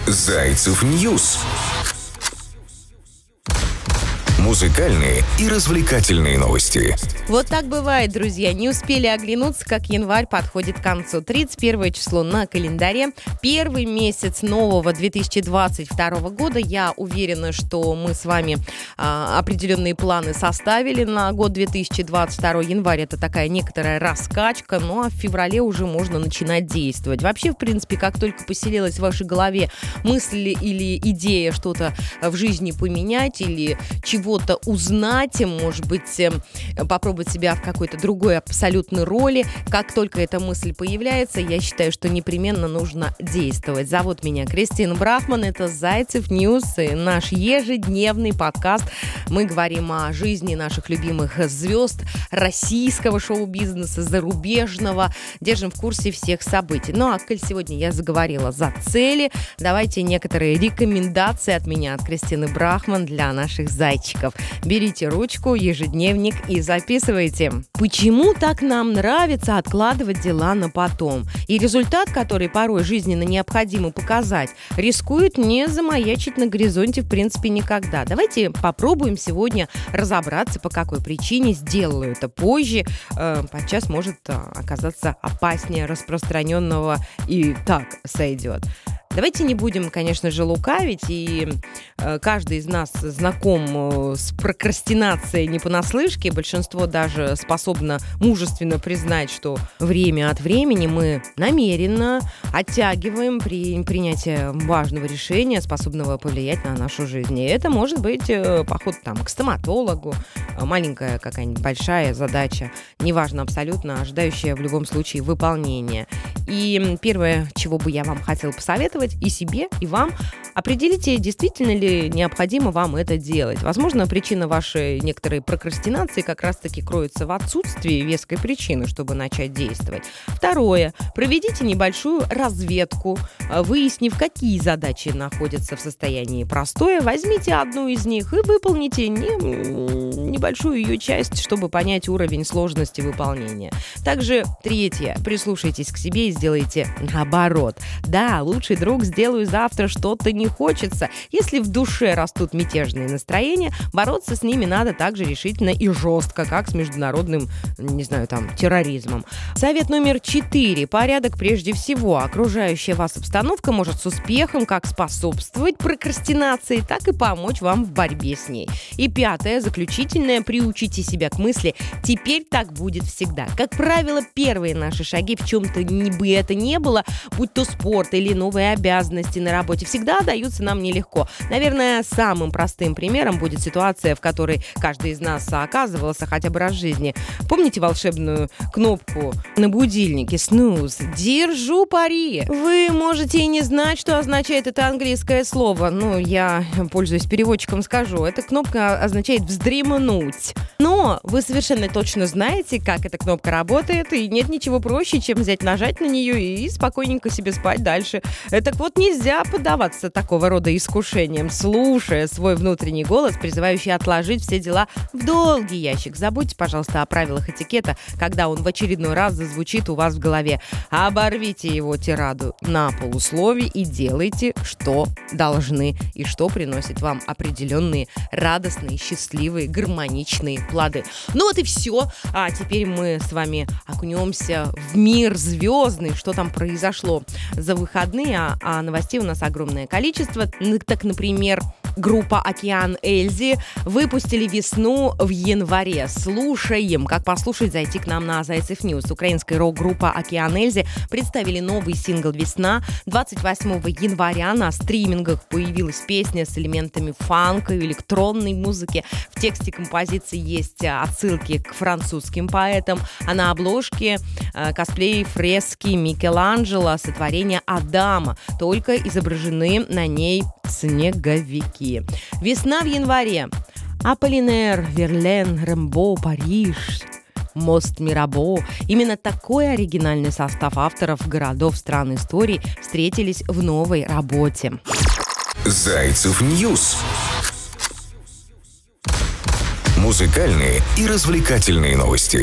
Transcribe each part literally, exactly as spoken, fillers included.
Зайцев Ньюс. Музыкальные и развлекательные новости. Вот так бывает, друзья. Не успели оглянуться, как январь подходит к концу. тридцать первое число на календаре. Первый месяц нового две тысячи двадцать второго года. Я уверена, что мы с вами а, определенные планы составили на год две тысячи двадцать второй. Январь — это такая некоторая раскачка, ну а в феврале уже можно начинать действовать. Вообще, в принципе, как только поселилась в вашей голове мысль или идея что-то в жизни поменять или чего-то узнать, может быть, попробовать себя в какой-то другой абсолютной роли. Как только эта мысль появляется, я считаю, что непременно нужно действовать. Зовут меня Кристина Брахман, это Зайцев Ньюс, и наш ежедневный подкаст. Мы говорим о жизни наших любимых звезд российского шоу-бизнеса, зарубежного, держим в курсе всех событий. Ну а коль сегодня я заговорила за цели, давайте некоторые рекомендации от меня, от Кристины Брахман, для наших зайчиков. Берите ручку, ежедневник и записывайте. Почему так нам нравится откладывать дела на потом? И результат, который порой жизненно необходимо показать, рискует не замаячить на горизонте в принципе никогда. Давайте попробуем сегодня разобраться, по какой причине сделаю это позже. Э, подчас может оказаться опаснее распространенного и так сойдет. Давайте не будем, конечно же, лукавить, и э, каждый из нас знаком э, с прокрастинацией не понаслышке. Большинство даже способно мужественно признать, что время от времени мы намеренно оттягиваем при принятии важного решения, способного повлиять на нашу жизнь. И это может быть э, поход там, к стоматологу, э, маленькая какая-нибудь большая задача, неважно абсолютно, ожидающая в любом случае выполнения. И первое, чего бы я вам хотела посоветовать, и себе, и вам, определите, действительно ли необходимо вам это делать. Возможно, причина вашей некоторой прокрастинации как раз-таки кроется в отсутствии веской причины, чтобы начать действовать. Второе. Проведите небольшую разведку, выяснив, какие задачи находятся в состоянии простое. Возьмите одну из них и выполните не, небольшую ее часть, чтобы понять уровень сложности выполнения. Также третье. Прислушайтесь к себе и сделайте наоборот. Да, лучший друг сделаю завтра что-то не хочется. Если в душе растут мятежные настроения, бороться с ними надо так же решительно и жестко, как с международным, не знаю, там, терроризмом. Совет номер четыре. Порядок прежде всего. Окружающая вас обстановка может с успехом как способствовать прокрастинации, так и помочь вам в борьбе с ней. И пятое, заключительное. Приучите себя к мысли «теперь так будет всегда». Как правило, первые наши шаги в чем-то бы это не было, будь то спорт или новые обязанности на работе, всегда даются нам нелегко. Наверное, самым простым примером будет ситуация, в которой каждый из нас оказывался хотя бы раз в жизни. Помните волшебную кнопку на будильнике «Снуз»? Держу пари. Вы можете и не знать, что означает это английское слово. Ну, я, пользуясь переводчиком, скажу. Эта кнопка означает «вздремнуть». Но вы совершенно точно знаете, как эта кнопка работает, и нет ничего проще, чем взять, нажать на нее и спокойненько себе спать дальше. Так вот, нельзя поддаваться такого рода искушениям, слушая свой внутренний голос, призывающий отложить все дела в долгий ящик. Забудьте, пожалуйста, о правилах этикета, когда он в очередной раз зазвучит у вас в голове. Оборвите его тираду на полусловие и делайте, что должны и что приносит вам определенные радостные, счастливые, гармоничные плоды. Ну вот и все. А теперь мы с вами окунемся в мир звездный. Что там произошло за выходные, а, а новостей у нас огромное количество. Так, например, группа «Океан Эльзи» выпустили «Весну» в январе. Слушаем. Как послушать, зайти к нам на Зайцев Ньюс. Украинская рок-группа «Океан Эльзи» представили новый сингл «Весна». двадцать восьмого января на стримингах появилась песня с элементами фанка и электронной музыки. В тексте композиции есть отсылки к французским поэтам, а на обложке э, косплей фрески Микеланджело «Сотворение Адама». Только изображены на ней снеговики. «Весна» в январе. Аполлинер, Верлен, Рембо, Париж, Мост Мирабо. Именно такой оригинальный состав авторов городов стран истории встретились в новой работе. Зайцев Ньюс. Музыкальные и развлекательные новости.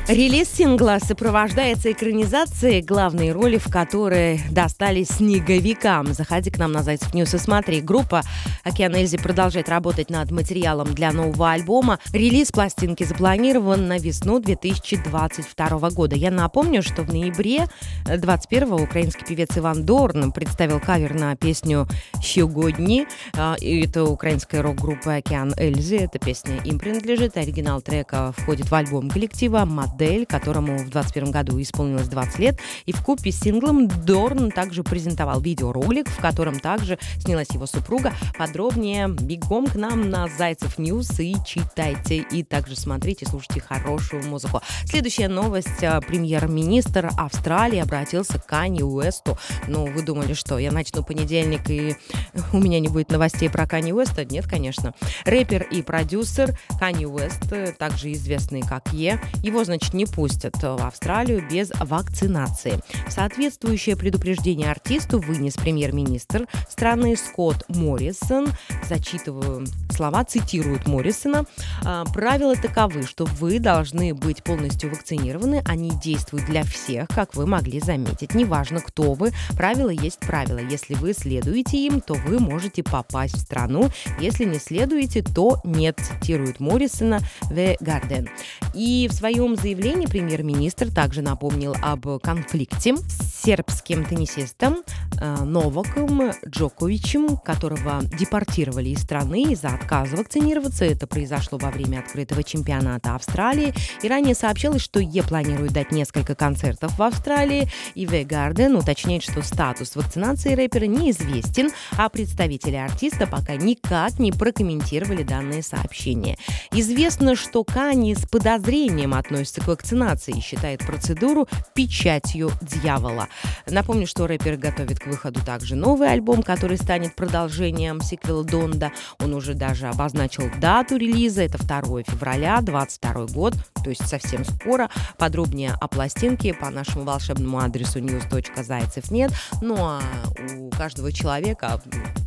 Релиз сингла сопровождается экранизацией, главные роли в которой достались снеговикам. Заходи к нам на Зайцев Ньюс и смотри. Группа «Океан Эльзи» продолжает работать над материалом для нового альбома. Релиз пластинки запланирован на весну две тысячи двадцать второго года. Я напомню, что в ноябре двадцать первого украинский певец Иван Дорн представил кавер на песню «Сьогодні». Это украинская рок-группа «Океан Эльзи». Эта песня им принадлежит. Оригинал трека входит в альбом коллектива «Модель», которому в двадцать первом году исполнилось двадцать лет. И вкупе с синглом Дорн также презентовал видеоролик, в котором также снялась его супруга. Подробнее бегом к нам на Зайцев Ньюс и читайте. И также смотрите, слушайте хорошую музыку. Следующая новость. Премьер-министр Австралии обратился к Канье Уэсту. Ну, вы думали, что я начну понедельник и у меня не будет новостей про Канье Уэста? Нет, конечно. Рэпер и продюсер Канье Уэст, также известный как Е, его, значит, не пустят в Австралию без вакцинации. Соответствующее предупреждение артисту вынес премьер-министр страны Скотт Моррисон. Зачитываю слова, цитируют Моррисона. «Правила таковы, что вы должны быть полностью вакцинированы. Они действуют для всех, как вы могли заметить. Неважно, кто вы, правила есть правила. Если вы следуете им, то вы можете попасть в страну. Если не следуете, то нет», цитирует Моррисона The Guardian. И в своем заявлении премьер-министр также напомнил об конфликте с сербским теннисистом э, Новаком Джоковичем, которого депортировали из страны из-за отказа вакцинироваться. Это произошло во время открытого чемпионата Австралии. И ранее сообщалось, что Е планирует дать несколько концертов в Австралии. И The Guardian уточняет, что статус вакцинации рэпера неизвестен, а представители артиста пока никак не прокомментировали данное сообщение. Известно, что Канье с подозрением относится к вакцинации и считает процедуру печатью дьявола. Напомню, что рэпер готовит к выходу также новый альбом, который станет продолжением сиквела Донда. Он уже даже обозначил дату релиза. Это второго февраля двадцать второй год, то есть совсем скоро. Подробнее о пластинке по нашему волшебному адресу ньюс точка зайцев нет. Ну а у каждого человека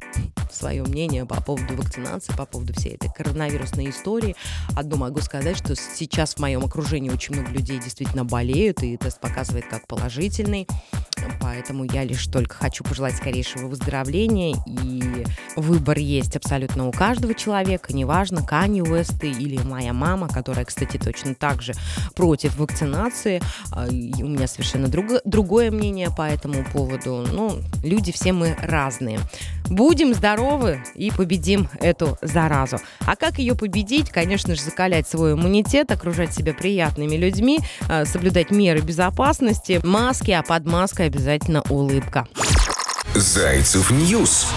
свое мнение по поводу вакцинации, по поводу всей этой коронавирусной истории. Одно могу сказать, что сейчас в моем окружении очень много людей действительно болеют, и тест показывает как положительный. Поэтому я лишь только хочу пожелать скорейшего выздоровления, и выбор есть абсолютно у каждого человека, неважно, Канье Уэст или моя мама, которая, кстати, точно так же против вакцинации. И у меня совершенно друг, другое мнение по этому поводу. Ну, люди все мы разные. Будем здоровы и победим эту заразу. А как ее победить? Конечно же, закалять свой иммунитет, окружать себя приятными людьми, соблюдать меры безопасности, маски, а под маской обязательно улыбка. Зайцев Ньюс.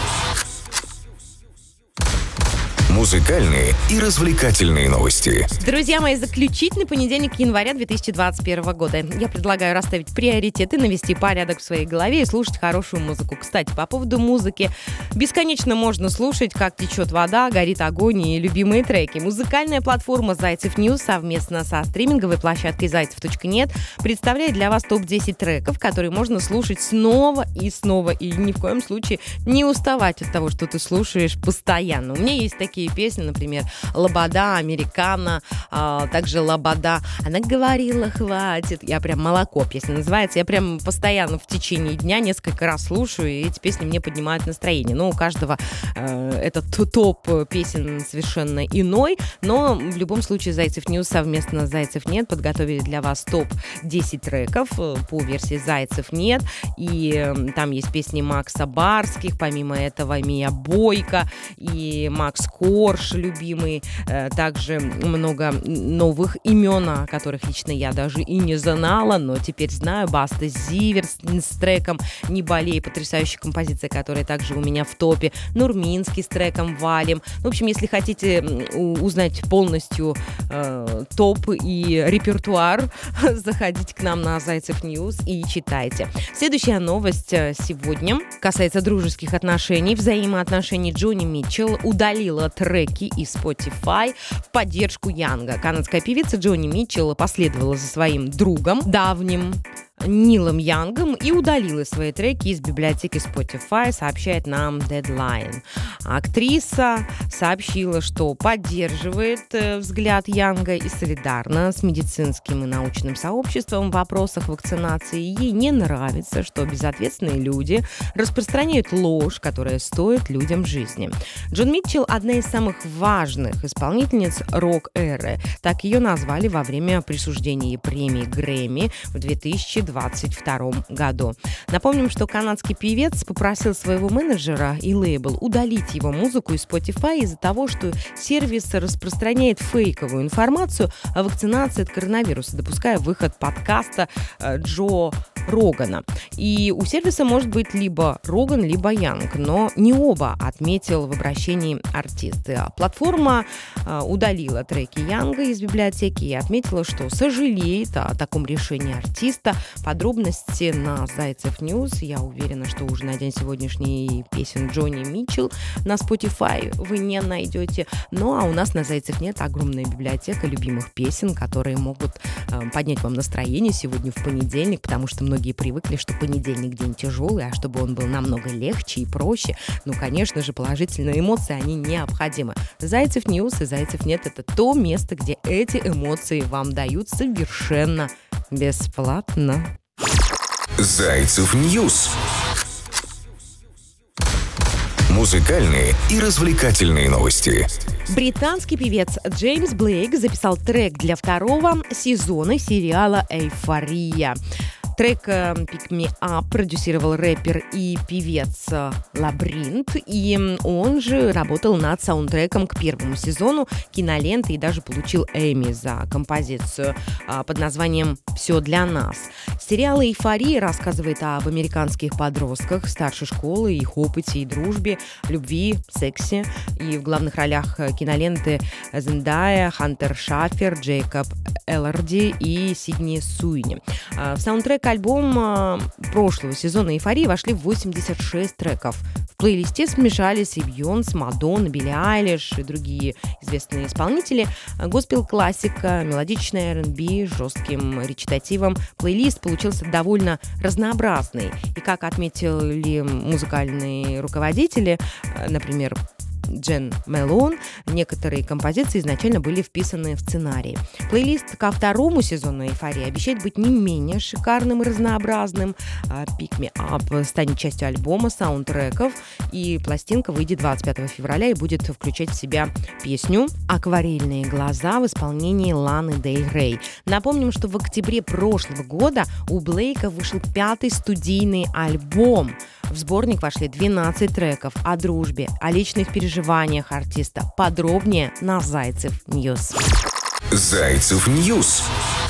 Музыкальные и развлекательные новости. Друзья мои, заключительный понедельник января две тысячи двадцать первого года. Я предлагаю расставить приоритеты, навести порядок в своей голове и слушать хорошую музыку. Кстати, по поводу музыки. Бесконечно можно слушать, как течет вода, горит огонь и любимые треки. Музыкальная платформа Зайцев Ньюс совместно со стриминговой площадкой зайцев точка нет представляет для вас топ десять треков, которые можно слушать снова и снова. И ни в коем случае не уставать от того, что ты слушаешь постоянно. У меня есть такие песни, например, «Лобода», «Американо», а, также «Лобода». Она говорила, хватит. Я прям «Молоко» песня называется. Я прям постоянно в течение дня несколько раз слушаю, и эти песни мне поднимают настроение. Ну, у каждого э, этот топ песен совершенно иной, но в любом случае Зайцев Ньюс совместно с Зайцев Нет подготовили для вас топ десять треков по версии Зайцев Нет, и э, там есть песни Макса Барских, помимо этого Мия Бойко и Макс Корж, любимый, также много новых имен, о которых лично я даже и не знала, но теперь знаю. Баста Зиверс с треком «Не болей», потрясающая композиция, которая также у меня в топе. Нурминский с треком «Валим». В общем, если хотите узнать полностью э, топ и репертуар, заходите к нам на Зайцев Ньюс и читайте. Следующая новость сегодня касается дружеских отношений, взаимоотношений. Джонни Митчелл удалила треки из Spotify в поддержку Янга. Канадская певица Джонни Митчелл последовала за своим другом, давним Нилом Янгом, и удалила свои треки из библиотеки Spotify, сообщает нам Deadline. Актриса сообщила, что поддерживает взгляд Янга и солидарна с медицинским и научным сообществом в вопросах вакцинации. Ей не нравится, что безответственные люди распространяют ложь, которая стоит людям жизни. Джон Митчелл – одна из самых важных исполнительниц рок-эры. Так ее назвали во время присуждения премии Грэмми в две тысячи двадцать втором году. Напомним, что канадский певец попросил своего менеджера и лейбл удалить его музыку из Spotify из-за того, что сервис распространяет фейковую информацию о вакцинации от коронавируса, допуская выход подкаста Джо Рогана. И у сервиса может быть либо Роган, либо Янг, но не оба, отметил в обращении артист. Платформа удалила треки Янга из библиотеки и отметила, что сожалеет о таком решении артиста. Подробности на Зайцев Ньюс. Я уверена, что уже на день сегодняшний песен Джонни Митчелл на Spotify вы не найдете. Ну а у нас на Зайцев нет огромная библиотека любимых песен, которые могут э, поднять вам настроение сегодня в понедельник, потому что многие привыкли, что понедельник день тяжелый, а чтобы он был намного легче и проще, ну, конечно же, положительные эмоции, они необходимы. Зайцев Ньюс и Зайцев нет — это то место, где эти эмоции вам дают совершенно бесплатно. Зайцев Ньюс. Музыкальные и развлекательные новости. Британский певец Джеймс Блейк записал трек для второго сезона сериала «Эйфория». Трек «Pick Me Up» продюсировал рэпер и певец Лабринт, и он же работал над саундтреком к первому сезону киноленты и даже получил Эмми за композицию под названием «Все для нас». Сериал «Эйфория» рассказывает об американских подростках старшей школы, их опыте и дружбе, любви, сексе. И в главных ролях киноленты Зендая, Хантер Шафер, Джейкоб Элларди и Сидни Суини. В саундтрек альбом прошлого сезона «Эйфории» вошли восемьдесят шесть треков. В плейлисте смешались и Бейонсе, Мадонна, Билли Айлиш и другие известные исполнители. Госпел-классика, мелодичная эр энд би с жестким речитативом. Плейлист получился довольно разнообразный. И, как отметили музыкальные руководители, например, Джен Мелон, некоторые композиции изначально были вписаны в сценарий. Плейлист ко второму сезону «Эйфории» обещает быть не менее шикарным и разнообразным. «Pick Me Up» станет частью альбома саундтреков, и пластинка выйдет двадцать пятого февраля и будет включать в себя песню «Акварельные глаза» в исполнении Ланы Дель Рей. Напомним, что в октябре прошлого года у Блейка вышел пятый студийный альбом. В сборник вошли двенадцать треков о дружбе, о личных переживаниях артиста. Подробнее на Зайцев Ньюс. Зайцев Ньюс.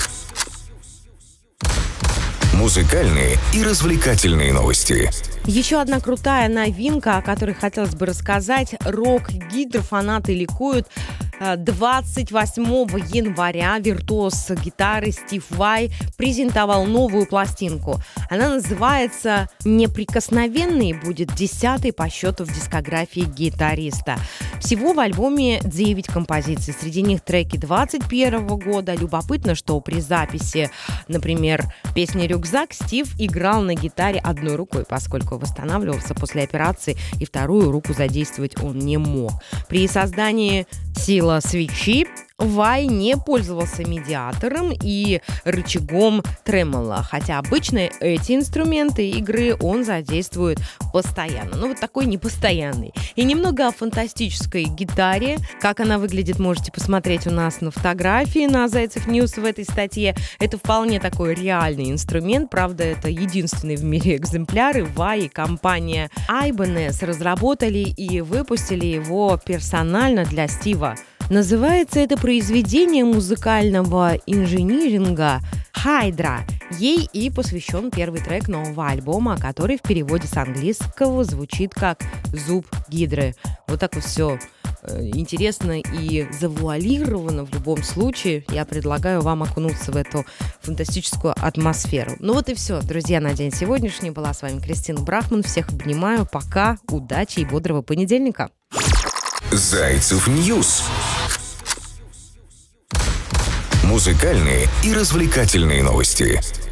Музыкальные и развлекательные новости. Еще одна крутая новинка, о которой хотелось бы рассказать. Рок-гидро фанаты ликуют. двадцать восьмого января виртуоз гитары Стив Vai презентовал новую пластинку. Она называется «Неприкосновенный», будет десятой по счету в дискографии гитариста. Всего в альбоме девять композиций. Среди них треки двадцать первого года. Любопытно, что при записи, например, песни «Рюкзак» Стив играл на гитаре одной рукой, поскольку восстанавливался после операции, и вторую руку задействовать он не мог. При создании «Сила свечи» Vai не пользовался медиатором и рычагом тремоло, хотя обычно эти инструменты игры он задействует постоянно. Ну, вот такой непостоянный. И немного о фантастической гитаре. Как она выглядит, можете посмотреть у нас на фотографии на Зайцев Ньюс в этой статье. Это вполне такой реальный инструмент. Правда, это единственный в мире экземпляр. И Vai и компания Ibanez разработали и выпустили его персонально для Стива. Называется это произведение музыкального инжиниринга «Хайдра». Ей и посвящен первый трек нового альбома, который в переводе с английского звучит как «Зуб гидры». Вот так вот все интересно и завуалировано в любом случае. Я предлагаю вам окунуться в эту фантастическую атмосферу. Ну вот и все, друзья, на день сегодняшний. Была с вами Кристина Брахман. Всех обнимаю. Пока, удачи и бодрого понедельника. Зайцев Ньюс. Музыкальные и развлекательные новости.